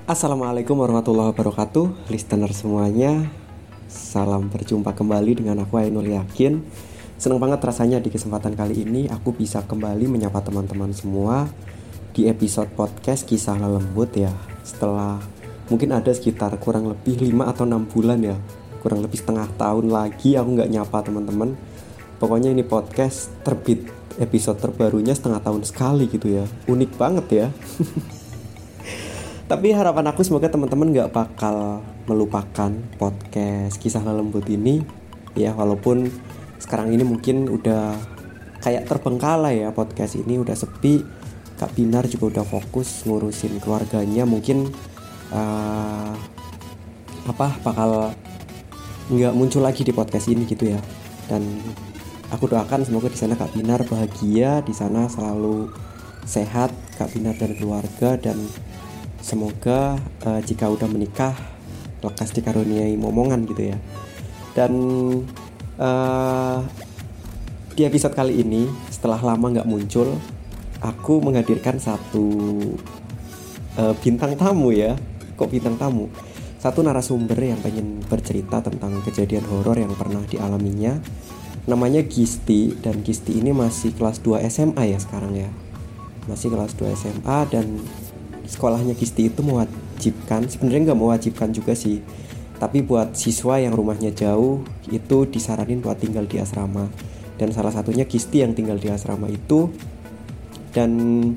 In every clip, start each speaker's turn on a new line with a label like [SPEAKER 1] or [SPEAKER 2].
[SPEAKER 1] Assalamualaikum warahmatullahi wabarakatuh, listener semuanya. Salam berjumpa kembali dengan aku Ainul Yakin. Senang banget rasanya di kesempatan kali ini aku bisa kembali menyapa teman-teman semua di episode podcast Kisah Lelembut ya. Setelah mungkin ada sekitar kurang lebih 5 atau 6 bulan ya, kurang lebih setengah tahun lagi aku gak nyapa teman-teman. Pokoknya ini podcast terbit episode terbarunya setengah tahun sekali gitu ya. Unik banget ya. Tapi harapan aku semoga teman-teman gak bakal melupakan podcast Kisah Lelembut ini ya, walaupun sekarang ini mungkin udah kayak terbengkalai ya, podcast ini udah sepi. Kak Binar juga udah fokus ngurusin keluarganya, mungkin bakal nggak muncul lagi di podcast ini gitu ya. Dan aku doakan semoga di sana Kak Binar bahagia, di sana selalu sehat Kak Binar dan keluarga, dan semoga jika udah menikah lekas dikaruniai momongan gitu ya. Dan di episode kali ini setelah lama nggak muncul, aku menghadirkan satu bintang tamu ya. Kok bintang tamu? Satu narasumber yang pengen bercerita tentang kejadian horor yang pernah dialaminya. Namanya Gisti, dan Gisti ini masih kelas 2 SMA ya sekarang ya. Masih kelas 2 SMA, dan sekolahnya Gisti itu mewajibkan, sebenarnya nggak mewajibkan juga sih, tapi buat siswa yang rumahnya jauh itu disaranin buat tinggal di asrama. Dan salah satunya Gisti yang tinggal di asrama itu. Dan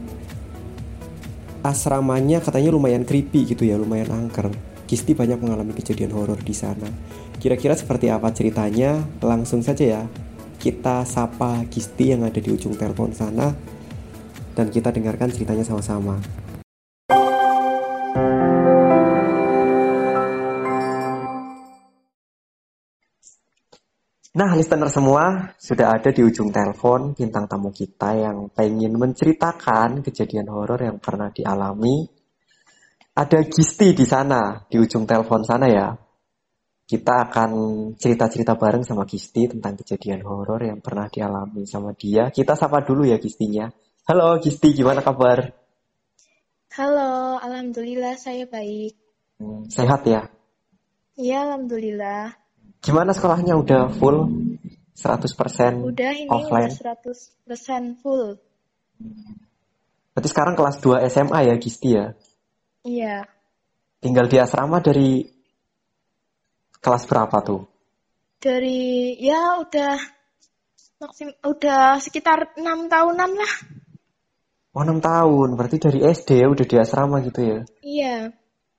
[SPEAKER 1] asramanya katanya lumayan creepy gitu ya, lumayan angker. Gisti banyak mengalami kejadian horor di sana. Kira-kira seperti apa ceritanya? Langsung saja ya kita sapa Gisti yang ada di ujung telepon sana, dan kita dengarkan ceritanya sama-sama. Nah, listener semua, sudah ada di ujung telepon bintang tamu kita yang pengen menceritakan kejadian horor yang pernah dialami. Ada Gisti di sana, di ujung telepon sana ya. Kita akan cerita-cerita bareng sama Gisti tentang kejadian horor yang pernah dialami sama dia. Kita sapa dulu ya Gistinya. Halo Gisti, gimana kabar?
[SPEAKER 2] Halo, alhamdulillah saya baik.
[SPEAKER 1] Sehat ya?
[SPEAKER 2] Iya, alhamdulillah.
[SPEAKER 1] Gimana sekolahnya, udah full 100%
[SPEAKER 2] Udah udah
[SPEAKER 1] offline?
[SPEAKER 2] 100% full.
[SPEAKER 1] Berarti sekarang kelas 2 SMA ya Gisti ya?
[SPEAKER 2] Iya,
[SPEAKER 1] Tinggal di asrama dari kelas berapa tuh?
[SPEAKER 2] udah sekitar 6 tahunan lah.
[SPEAKER 1] Oh, 6 tahun. Berarti dari SD ya udah di asrama gitu ya?
[SPEAKER 2] Iya.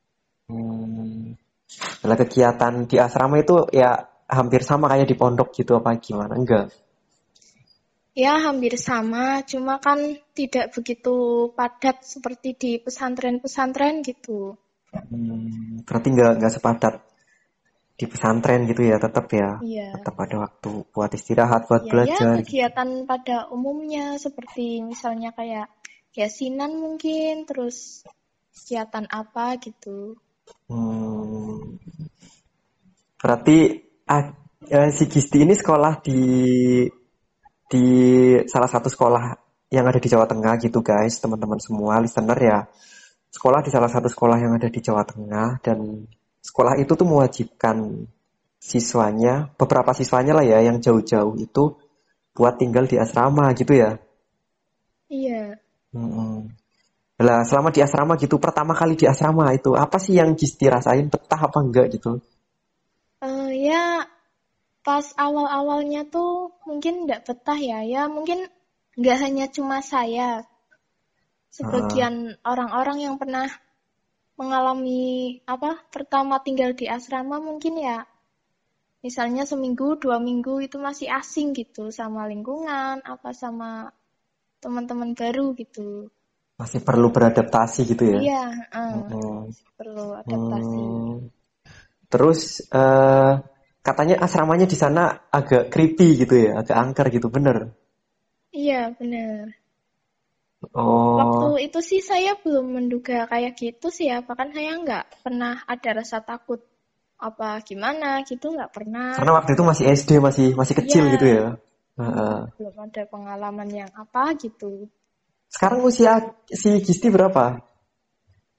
[SPEAKER 1] Nah, kegiatan di asrama itu ya hampir sama kayak di pondok gitu apa gimana? Enggak.
[SPEAKER 2] Ya, hampir sama, cuma kan tidak begitu padat seperti di pesantren-pesantren gitu.
[SPEAKER 1] Berarti enggak sepadat di pesantren gitu ya, tetap ya.
[SPEAKER 2] Iya.
[SPEAKER 1] Tetap ada waktu buat istirahat, buat
[SPEAKER 2] Ya,
[SPEAKER 1] belajar gitu.
[SPEAKER 2] kegiatan pada umumnya seperti misalnya kayak yasinan mungkin, terus kegiatan apa gitu.
[SPEAKER 1] Hmm, berarti si Gisti ini sekolah di salah satu sekolah yang ada di Jawa Tengah gitu guys, teman-teman semua listener ya. Sekolah di salah satu sekolah yang ada di Jawa Tengah, dan sekolah itu tuh mewajibkan siswanya, beberapa siswanya lah ya yang jauh-jauh itu buat tinggal di asrama gitu ya.
[SPEAKER 2] Iya.
[SPEAKER 1] Hmm. Lah selama di asrama gitu, pertama kali di asrama itu apa sih yang Gisti rasain, betah apa enggak gitu?
[SPEAKER 2] Ya, pas awal-awalnya tuh mungkin nggak betah ya. Ya, mungkin nggak hanya cuma saya.
[SPEAKER 1] Heeh.
[SPEAKER 2] Sebagian orang-orang yang pernah mengalami pertama tinggal di asrama mungkin ya, misalnya seminggu, 2 minggu itu masih asing gitu sama lingkungan, apa sama teman-teman baru gitu.
[SPEAKER 1] Masih perlu beradaptasi gitu ya.
[SPEAKER 2] Iya,
[SPEAKER 1] Mm-mm.
[SPEAKER 2] masih perlu adaptasi.
[SPEAKER 1] Hmm. Terus katanya asramanya di sana agak creepy gitu ya, agak angker gitu, bener?
[SPEAKER 2] Iya, benar. Waktu
[SPEAKER 1] Oh,
[SPEAKER 2] itu sih saya belum menduga kayak gitu sih ya, bahkan saya nggak pernah ada rasa takut apa gimana gitu, nggak pernah.
[SPEAKER 1] karena waktu itu masih SD, masih kecil gitu
[SPEAKER 2] Iya,
[SPEAKER 1] ya. Heeh.
[SPEAKER 2] belum ada pengalaman yang apa gitu.
[SPEAKER 1] Sekarang usia si Gisti berapa?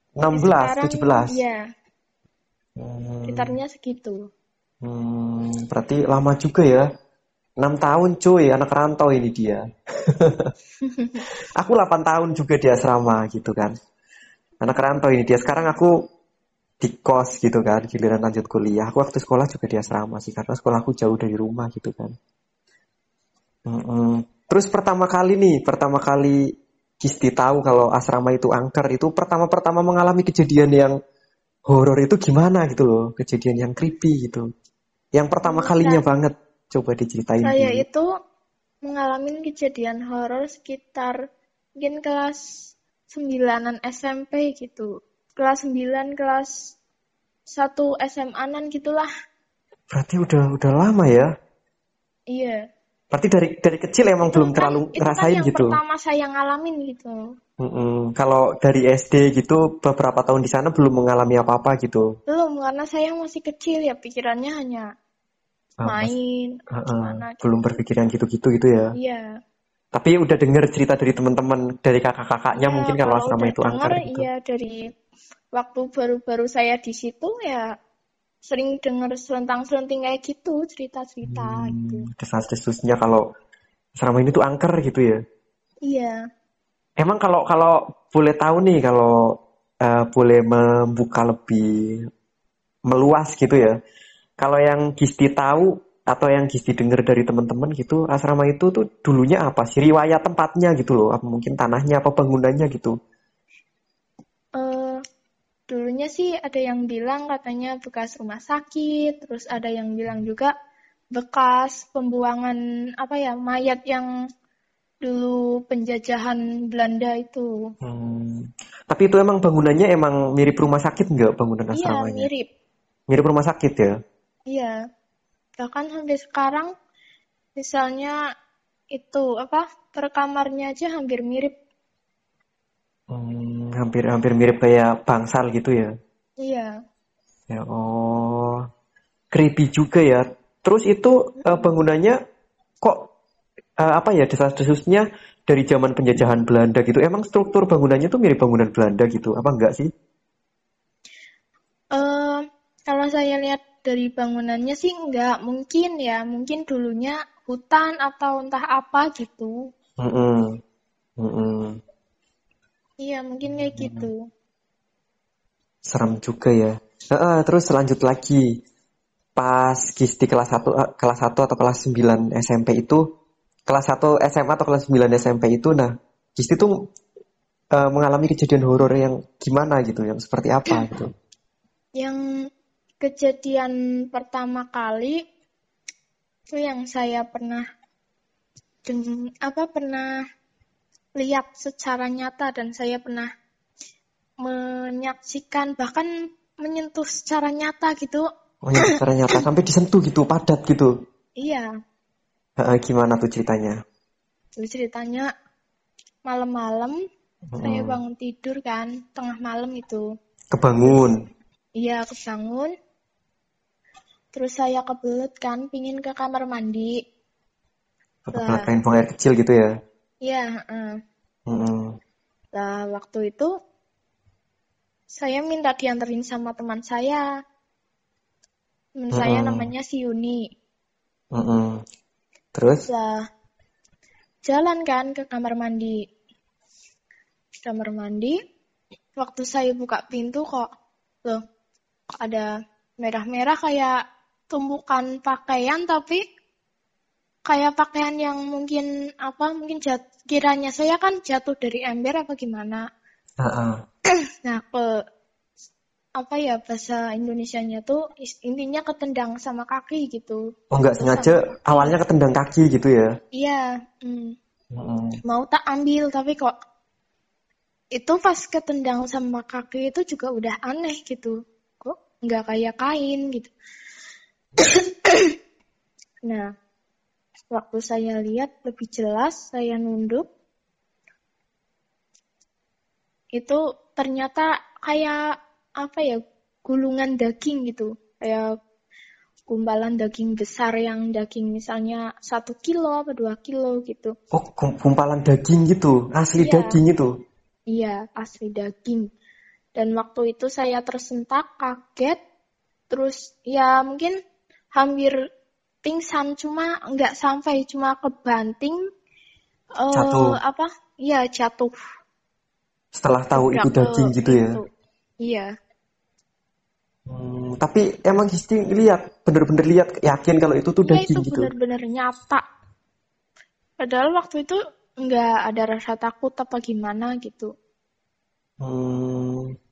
[SPEAKER 1] enam
[SPEAKER 2] Tapi
[SPEAKER 1] belas
[SPEAKER 2] sekarang
[SPEAKER 1] 17.
[SPEAKER 2] ya
[SPEAKER 1] Hmm,
[SPEAKER 2] sekitarnya segitu.
[SPEAKER 1] berarti lama juga ya. 6 tahun cuy, anak rantau ini dia. Aku 8 tahun juga di asrama gitu kan. Anak rantau ini dia. Sekarang aku di kos gitu kan, giliran lanjut kuliah. Aku waktu sekolah juga di asrama sih, karena sekolahku jauh dari rumah gitu kan. Terus pertama kali Kisti tahu kalau asrama itu angker, itu pertama-pertama mengalami kejadian yang horor itu gimana gitu loh, kejadian yang creepy gitu. Yang pertama kalinya banget, coba diceritain
[SPEAKER 2] Saya
[SPEAKER 1] dulu.
[SPEAKER 2] itu mengalami kejadian horor sekitar mungkin kelas 9-an SMP gitu. Kelas 9, kelas 1 SMA-an gitulah.
[SPEAKER 1] Berarti udah lama ya.
[SPEAKER 2] Iya.
[SPEAKER 1] Berarti dari kecil emang
[SPEAKER 2] Itu
[SPEAKER 1] belum
[SPEAKER 2] kan
[SPEAKER 1] terlalu
[SPEAKER 2] itu kan
[SPEAKER 1] ngerasain
[SPEAKER 2] yang
[SPEAKER 1] gitu.
[SPEAKER 2] pertama saya ngalamin gitu.
[SPEAKER 1] Kalau dari SD gitu beberapa tahun di sana belum mengalami apa-apa gitu.
[SPEAKER 2] Belum, karena saya masih kecil ya, pikirannya hanya
[SPEAKER 1] Mas,
[SPEAKER 2] main atau gimana
[SPEAKER 1] belum
[SPEAKER 2] gitu.
[SPEAKER 1] berpikiran gitu-gitu gitu ya.
[SPEAKER 2] Iya.
[SPEAKER 1] Tapi udah denger cerita dari teman-teman, dari kakak-kakaknya
[SPEAKER 2] Iya,
[SPEAKER 1] mungkin kalau
[SPEAKER 2] kalau
[SPEAKER 1] asrama
[SPEAKER 2] udah
[SPEAKER 1] itu
[SPEAKER 2] denger,
[SPEAKER 1] angker gitu.
[SPEAKER 2] iya dari waktu baru-baru saya di situ ya sering denger selentang-selenting kayak gitu, cerita-cerita gitu.
[SPEAKER 1] Desas-desusnya kalau asrama ini tuh angker gitu ya.
[SPEAKER 2] Iya.
[SPEAKER 1] Emang kalau kalau boleh tahu nih, kalau boleh membuka lebih meluas gitu ya. Kalau yang Gisti tahu atau yang Gisti dengar dari teman-teman gitu, asrama itu tuh dulunya apa sih? Riwayat tempatnya gitu loh. Apa mungkin tanahnya apa bangunannya gitu.
[SPEAKER 2] Eh, dulunya sih ada yang bilang katanya bekas rumah sakit, terus ada yang bilang juga bekas pembuangan apa ya, mayat yang dulu penjajahan Belanda itu.
[SPEAKER 1] Hmm. Tapi itu emang bangunannya emang mirip rumah sakit nggak bangunan
[SPEAKER 2] Iya,
[SPEAKER 1] asramanya?
[SPEAKER 2] mirip.
[SPEAKER 1] Mirip rumah sakit ya?
[SPEAKER 2] Iya, bahkan sampai sekarang misalnya itu apa, per kamarnya aja hampir mirip.
[SPEAKER 1] Hampir hampir mirip kayak bangsal gitu ya.
[SPEAKER 2] Iya.
[SPEAKER 1] Ya oh, creepy juga ya. Terus itu bangunannya kok apa ya desas-desusnya dari zaman penjajahan Belanda gitu. Emang struktur bangunannya tuh mirip bangunan Belanda gitu? Apa enggak sih?
[SPEAKER 2] Eh, kalau saya lihat dari bangunannya sih enggak, mungkin ya, mungkin dulunya hutan atau entah apa gitu.
[SPEAKER 1] Mm-mm, mm-mm.
[SPEAKER 2] Iya, mungkin kayak gitu.
[SPEAKER 1] Serem juga ya. Terus lanjut lagi. Pas Gisti kelas satu atau kelas 9 SMP itu, kelas satu SMA atau kelas 9 SMP itu, nah, Gisti tuh mengalami kejadian horor yang gimana gitu, yang seperti apa gitu.
[SPEAKER 2] Yang kejadian pertama kali itu yang saya pernah pernah lihat secara nyata dan saya pernah menyaksikan bahkan menyentuh secara nyata gitu.
[SPEAKER 1] Oh yang secara nyata sampai disentuh gitu, padat gitu.
[SPEAKER 2] Iya,
[SPEAKER 1] Gimana tuh ceritanya?
[SPEAKER 2] itu ceritanya malam-malam saya
[SPEAKER 1] Mm-mm.
[SPEAKER 2] bangun tidur kan, tengah malam itu. Terus
[SPEAKER 1] Kebangun,
[SPEAKER 2] iya kebangun, terus saya kebelet kan, pingin ke kamar mandi.
[SPEAKER 1] kebelet
[SPEAKER 2] Lah,
[SPEAKER 1] pengen buang air kecil gitu ya.
[SPEAKER 2] iya,
[SPEAKER 1] Mm-mm.
[SPEAKER 2] lah waktu itu saya minta dianterin sama teman saya. Teman saya
[SPEAKER 1] Mm-mm.
[SPEAKER 2] namanya si Yuni.
[SPEAKER 1] Mm-mm. Terus?
[SPEAKER 2] Lah, jalan kan ke kamar mandi. Kamar mandi, waktu saya buka pintu kok, loh, kok ada merah-merah kayak tumpukan pakaian tapi kayak pakaian yang mungkin apa mungkin kiranya saya kan jatuh dari ember apa gimana.
[SPEAKER 1] Heeh.
[SPEAKER 2] Nah, apa ya bahasa Indonesianya tuh intinya ketendang sama kaki gitu
[SPEAKER 1] Oh nggak
[SPEAKER 2] atau
[SPEAKER 1] sengaja
[SPEAKER 2] sama pipi.
[SPEAKER 1] awalnya ketendang kaki gitu ya?
[SPEAKER 2] Iya,
[SPEAKER 1] Mm-mm.
[SPEAKER 2] mau tak ambil tapi kok itu pas ketendang sama kaki itu juga udah aneh gitu. Kok nggak kayak kain gitu. Nah, waktu saya lihat lebih jelas, saya nunduk, itu ternyata kayak apa ya, gulungan daging gitu. Kayak gumpalan daging besar yang daging misalnya 1 kilo atau 2 kilo gitu.
[SPEAKER 1] Oh, gumpalan daging gitu, asli
[SPEAKER 2] Iya,
[SPEAKER 1] daging itu.
[SPEAKER 2] iya asli daging. Dan waktu itu saya tersentak, kaget, terus ya mungkin hampir pingsan, cuma nggak sampai, cuma kebanting,
[SPEAKER 1] Jatuh
[SPEAKER 2] apa, ya jatuh,
[SPEAKER 1] setelah tahu itu
[SPEAKER 2] gebrak ke
[SPEAKER 1] daging gitu ya.
[SPEAKER 2] itu. Iya,
[SPEAKER 1] Tapi emang Gisti lihat, bener-bener lihat, yakin kalau itu tuh
[SPEAKER 2] iya itu
[SPEAKER 1] daging gitu.
[SPEAKER 2] benar-benar nyata. Padahal waktu itu nggak ada rasa takut apa gimana gitu.
[SPEAKER 1] Hmm,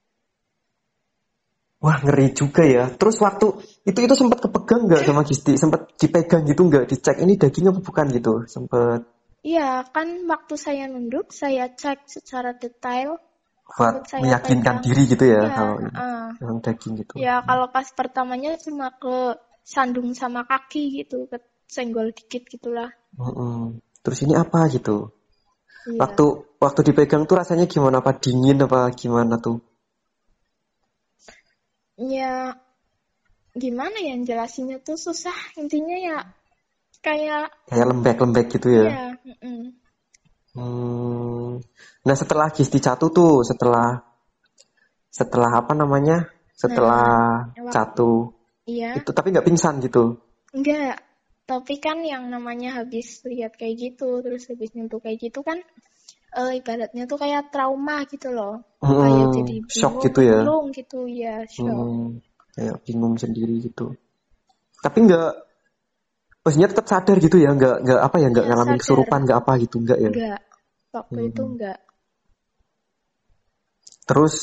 [SPEAKER 1] wah ngeri juga ya. Terus waktu itu sempat kepegang nggak sama Gisti? Sempat dipegang gitu nggak? Dicek ini daging apa bukan gitu? Sempat
[SPEAKER 2] Iya, kan waktu saya nunduk, saya cek secara detail,
[SPEAKER 1] buat
[SPEAKER 2] sempat saya
[SPEAKER 1] meyakinkan
[SPEAKER 2] pegang.
[SPEAKER 1] diri gitu ya
[SPEAKER 2] Iya,
[SPEAKER 1] kalau ini
[SPEAKER 2] heeh.
[SPEAKER 1] memang daging gitu.
[SPEAKER 2] Ya kalau pas pertamanya cuma ke sandung sama kaki gitu, ke senggol dikit gitulah.
[SPEAKER 1] Mm-mm. Terus ini apa gitu?
[SPEAKER 2] Iya.
[SPEAKER 1] Waktu waktu dipegang tuh rasanya gimana? Apa dingin apa gimana tuh?
[SPEAKER 2] Ya gimana ya jelasinnya tuh susah. Intinya ya kayak
[SPEAKER 1] Kayak lembek-lembek gitu ya.
[SPEAKER 2] iya,
[SPEAKER 1] Hmm. Nah setelah Gisti jatuh tuh, setelah setelah apa namanya? Setelah
[SPEAKER 2] Nah,
[SPEAKER 1] jatuh
[SPEAKER 2] iya,
[SPEAKER 1] itu tapi nggak pingsan gitu.
[SPEAKER 2] enggak. Tapi kan yang namanya habis lihat kayak gitu, terus habis nyentuh kayak gitu kan, ibaratnya tuh kayak trauma gitu loh. Kayak jadi
[SPEAKER 1] Shock
[SPEAKER 2] bingung,
[SPEAKER 1] gitu ya.
[SPEAKER 2] linglung gitu, ya shock.
[SPEAKER 1] Kayak bingung sendiri gitu. Tapi nggak, maksudnya tetap sadar gitu ya, nggak apa ya, nggak
[SPEAKER 2] Iya
[SPEAKER 1] ngalamin
[SPEAKER 2] sadar,
[SPEAKER 1] kesurupan, nggak apa gitu, nggak ya.
[SPEAKER 2] enggak. Waktu itu
[SPEAKER 1] Hmm.
[SPEAKER 2] enggak.
[SPEAKER 1] Terus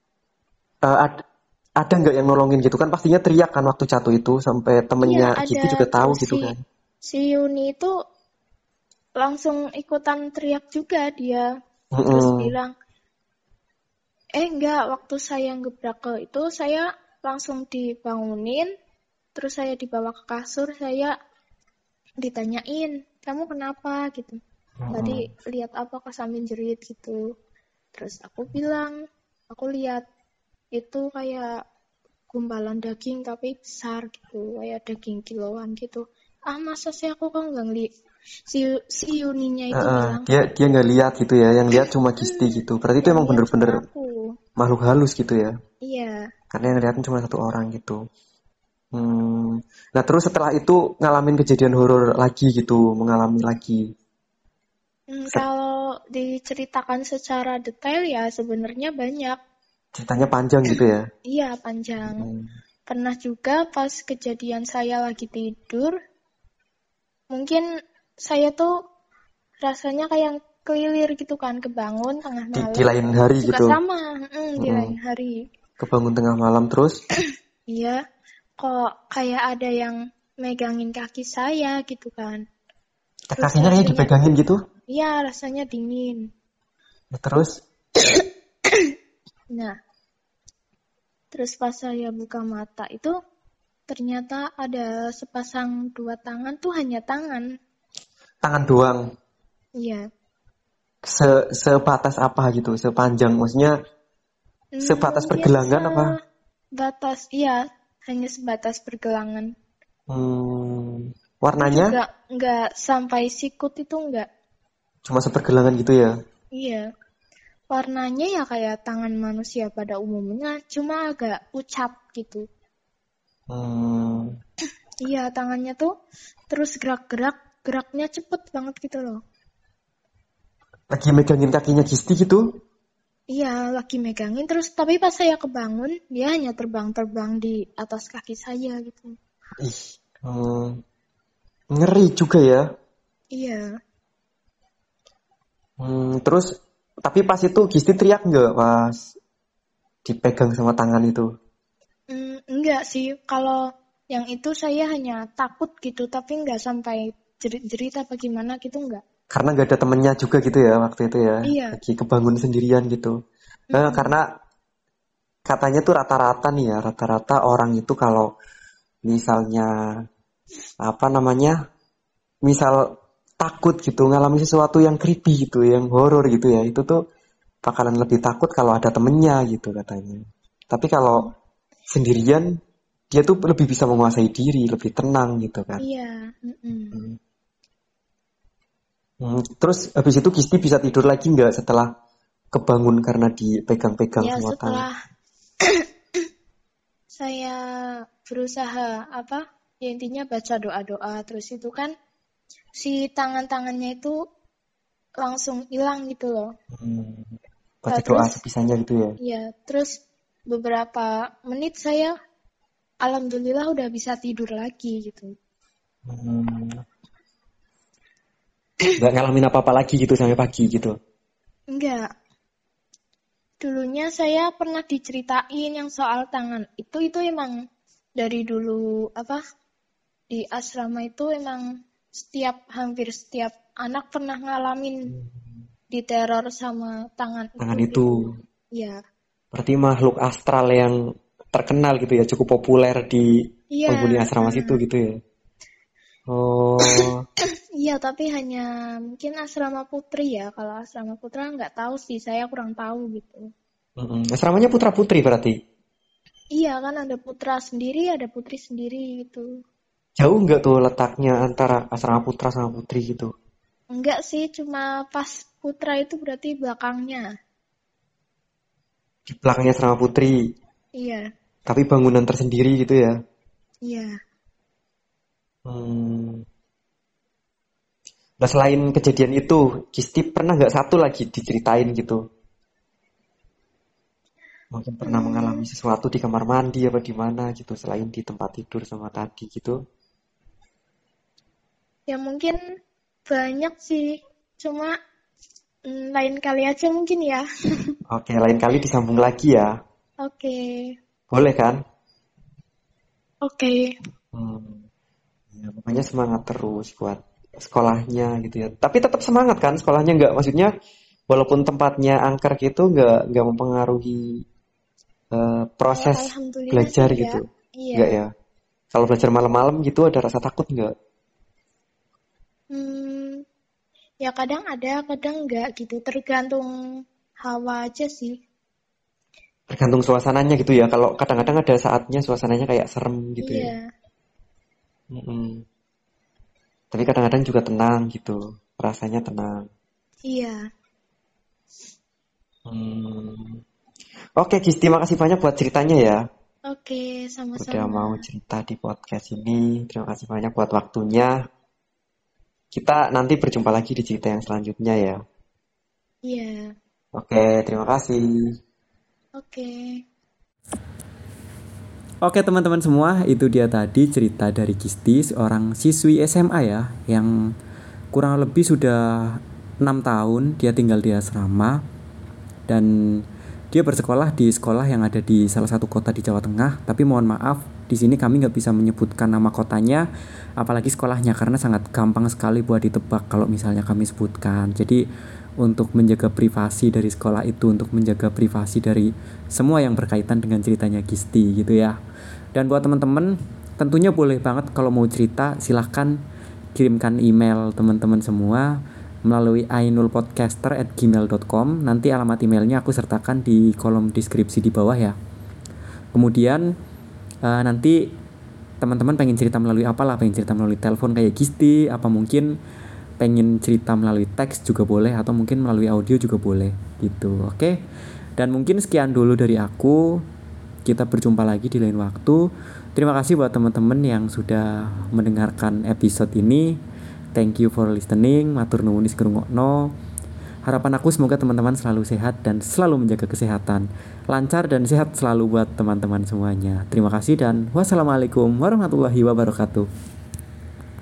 [SPEAKER 1] ada nggak yang nolongin gitu kan? Pastinya teriak kan waktu jatuh itu sampai
[SPEAKER 2] Iya
[SPEAKER 1] temennya
[SPEAKER 2] ada
[SPEAKER 1] Gisti juga tahu
[SPEAKER 2] tuh
[SPEAKER 1] gitu kan.
[SPEAKER 2] si Yuni itu langsung ikutan teriak juga dia. Terus
[SPEAKER 1] Mm-mm.
[SPEAKER 2] bilang, enggak, waktu saya gebrak ke itu saya langsung dibangunin, terus saya dibawa ke kasur, saya ditanyain, kamu kenapa gitu. Tadi
[SPEAKER 1] Mm-mm.
[SPEAKER 2] lihat apa ke samping jerit gitu. Terus aku bilang, aku lihat itu kayak gumpalan daging tapi besar gitu, kayak daging kiloan gitu. Ah masa sih aku kan nggak ngeliat. Si Yuninya itu bilang,
[SPEAKER 1] Dia nggak lihat gitu ya, yang lihat cuma Gisti gitu. Berarti itu
[SPEAKER 2] yang
[SPEAKER 1] emang
[SPEAKER 2] lihat cuma
[SPEAKER 1] bener-bener
[SPEAKER 2] aku.
[SPEAKER 1] makhluk halus gitu ya.
[SPEAKER 2] Iya.
[SPEAKER 1] Karena yang lihat cuma satu orang gitu. Nah terus setelah itu ngalamin kejadian horor lagi gitu, mengalami lagi.
[SPEAKER 2] Kalau diceritakan secara detail ya sebenarnya banyak.
[SPEAKER 1] Ceritanya panjang gitu ya.
[SPEAKER 2] Iya, panjang.
[SPEAKER 1] Hmm.
[SPEAKER 2] Pernah juga pas kejadian saya lagi tidur, mungkin saya tuh rasanya kayak kelilir gitu kan, kebangun tengah
[SPEAKER 1] Di
[SPEAKER 2] malam.
[SPEAKER 1] lain hari
[SPEAKER 2] Juga
[SPEAKER 1] gitu.
[SPEAKER 2] sama, di
[SPEAKER 1] Mm-mm.
[SPEAKER 2] lain hari.
[SPEAKER 1] Kebangun tengah malam terus
[SPEAKER 2] Iya, kok kayak ada yang megangin kaki saya gitu kan. Terus
[SPEAKER 1] kakinya kayak
[SPEAKER 2] rasanya,
[SPEAKER 1] dipegangin gitu.
[SPEAKER 2] iya rasanya dingin.
[SPEAKER 1] Ya, terus
[SPEAKER 2] Nah, terus pas saya buka mata itu ternyata ada sepasang dua tangan tuh hanya tangan.
[SPEAKER 1] tangan doang.
[SPEAKER 2] Iya.
[SPEAKER 1] Sebatas apa gitu, sepanjang maksudnya sebatas
[SPEAKER 2] Mungkin
[SPEAKER 1] pergelangan apa?
[SPEAKER 2] sebatas, iya, hanya sebatas pergelangan. Itu
[SPEAKER 1] Warnanya
[SPEAKER 2] juga nggak sampai sikut itu nggak.
[SPEAKER 1] cuma sepergelangan gitu ya.
[SPEAKER 2] Iya. Warnanya ya kayak tangan manusia pada umumnya, cuma agak pucat gitu.
[SPEAKER 1] Hmm,
[SPEAKER 2] Iya, tangannya tuh terus gerak-gerak, geraknya cepet banget gitu loh.
[SPEAKER 1] lagi megangin kakinya Gisti gitu.
[SPEAKER 2] Iya, lagi megangin terus tapi pas saya kebangun, dia hanya terbang-terbang di atas kaki saya gitu.
[SPEAKER 1] Ih, hmm, ngeri juga ya.
[SPEAKER 2] Iya.
[SPEAKER 1] Terus tapi pas itu Gisti teriak nggak pas dipegang sama tangan itu?
[SPEAKER 2] Enggak sih, kalau yang itu saya hanya takut gitu, tapi nggak sampai jerit-jerit apa gimana gitu nggak.
[SPEAKER 1] Karena nggak ada temennya juga gitu ya waktu itu ya,
[SPEAKER 2] Iya.
[SPEAKER 1] lagi kebangun sendirian gitu.
[SPEAKER 2] Mm-mm.
[SPEAKER 1] Karena katanya tuh rata-rata nih ya, rata-rata orang itu kalau misalnya apa namanya, misal takut gitu, ngalami sesuatu yang creepy gitu, yang horor gitu ya, itu tuh bakalan lebih takut kalau ada temennya gitu katanya. Tapi kalau sendirian, dia tuh lebih bisa menguasai diri, lebih tenang gitu kan.
[SPEAKER 2] Iya. Mm-mm.
[SPEAKER 1] Hmm. Terus habis itu Gisti bisa tidur lagi nggak setelah kebangun karena dipegang-pegang
[SPEAKER 2] Ya
[SPEAKER 1] semua tangan?
[SPEAKER 2] setelah saya berusaha ya intinya baca doa-doa, terus itu kan si tangan-tangannya itu langsung hilang gitu loh.
[SPEAKER 1] Baca doa
[SPEAKER 2] Terus
[SPEAKER 1] sebisanya gitu ya.
[SPEAKER 2] ya terus beberapa menit saya alhamdulillah udah bisa tidur lagi gitu.
[SPEAKER 1] Nggak ngalamin apa-apa lagi gitu sampai pagi gitu.
[SPEAKER 2] Enggak. Dulunya saya pernah diceritain yang soal tangan. Itu emang dari dulu di asrama itu emang hampir setiap anak pernah ngalamin diteror sama tangan
[SPEAKER 1] Tangan
[SPEAKER 2] itu
[SPEAKER 1] itu.
[SPEAKER 2] gitu. Iya.
[SPEAKER 1] Berarti makhluk astral yang terkenal gitu ya, cukup populer di penghuni
[SPEAKER 2] Iya,
[SPEAKER 1] asrama situ gitu ya. Oh,
[SPEAKER 2] iya tapi hanya mungkin asrama putri ya. Kalau asrama putra nggak tahu sih, saya kurang tahu gitu.
[SPEAKER 1] asramanya putra putri berarti.
[SPEAKER 2] Iya kan ada putra sendiri, ada putri sendiri gitu.
[SPEAKER 1] Jauh nggak tuh letaknya antara asrama putra sama putri gitu?
[SPEAKER 2] Enggak sih, cuma pas putra itu berarti belakangnya.
[SPEAKER 1] Di belakangnya asrama putri,
[SPEAKER 2] Iya,
[SPEAKER 1] tapi bangunan tersendiri gitu ya.
[SPEAKER 2] iya.
[SPEAKER 1] Hmm. Nah, selain kejadian itu, Kisti pernah nggak satu lagi diceritain gitu? Mungkin pernah
[SPEAKER 2] Hmm,
[SPEAKER 1] mengalami sesuatu di kamar mandi apa di mana gitu, selain di tempat tidur sama tadi gitu.
[SPEAKER 2] ya mungkin banyak sih. Cuma lain kali aja mungkin ya.
[SPEAKER 1] Oke, lain kali disambung lagi ya.
[SPEAKER 2] Oke,
[SPEAKER 1] Boleh kan?
[SPEAKER 2] oke.
[SPEAKER 1] Hmm. Ya, pokoknya semangat terus buat sekolahnya gitu ya. Tapi tetap semangat kan sekolahnya nggak, maksudnya walaupun tempatnya angker gitu nggak mempengaruhi proses
[SPEAKER 2] Alhamdulillah sih
[SPEAKER 1] belajar
[SPEAKER 2] enggak.
[SPEAKER 1] gitu.
[SPEAKER 2] Iya.
[SPEAKER 1] Nggak ya. Kalau belajar malam-malam gitu ada rasa takut nggak?
[SPEAKER 2] Hmm, ya kadang ada, kadang enggak gitu. Tergantung hawa aja sih.
[SPEAKER 1] Tergantung suasananya gitu ya. Kalau kadang-kadang ada saatnya suasananya kayak serem gitu ya.
[SPEAKER 2] Iya,
[SPEAKER 1] Mm-mm. Tapi kadang-kadang juga tenang gitu. Rasanya tenang.
[SPEAKER 2] iya.
[SPEAKER 1] Hmm. Oke, Gisti, makasih banyak buat ceritanya ya.
[SPEAKER 2] Oke,
[SPEAKER 1] Udah
[SPEAKER 2] sama-sama.
[SPEAKER 1] mau cerita di podcast ini. Terima kasih banyak buat waktunya. Kita nanti berjumpa lagi di cerita yang selanjutnya ya.
[SPEAKER 2] Iya,
[SPEAKER 1] Oke, terima kasih.
[SPEAKER 2] oke.
[SPEAKER 1] Oke teman-teman semua, itu dia tadi cerita dari Gisti, seorang siswi SMA ya, yang kurang lebih sudah 6 tahun dia tinggal di asrama. Dan dia bersekolah di sekolah yang ada di salah satu kota di Jawa Tengah. Tapi mohon maaf, di sini kami nggak bisa menyebutkan nama kotanya, apalagi sekolahnya, karena sangat gampang sekali buat ditebak kalau misalnya kami sebutkan. Jadi untuk menjaga privasi dari sekolah itu, untuk menjaga privasi dari semua yang berkaitan dengan ceritanya Gisti gitu ya. Dan buat teman-teman, tentunya boleh banget kalau mau cerita, silahkan kirimkan email teman-teman semua melalui ainulpodcaster@gmail.com. Nanti alamat emailnya aku sertakan di kolom deskripsi di bawah ya. Kemudian nanti teman-teman pengen cerita melalui apalah, pengen cerita melalui telepon kayak Gisti, apa mungkin pengen cerita melalui teks juga boleh, atau mungkin melalui audio juga boleh gitu. Oke. Dan mungkin sekian dulu dari aku. Kita berjumpa lagi di lain waktu. Terima kasih buat teman-teman yang sudah mendengarkan episode ini. Thank you for listening. Matur nuwun wis ngrungokno. Harapan aku semoga teman-teman selalu sehat dan selalu menjaga kesehatan. Lancar dan sehat selalu buat teman-teman semuanya. Terima kasih dan wassalamualaikum warahmatullahi wabarakatuh.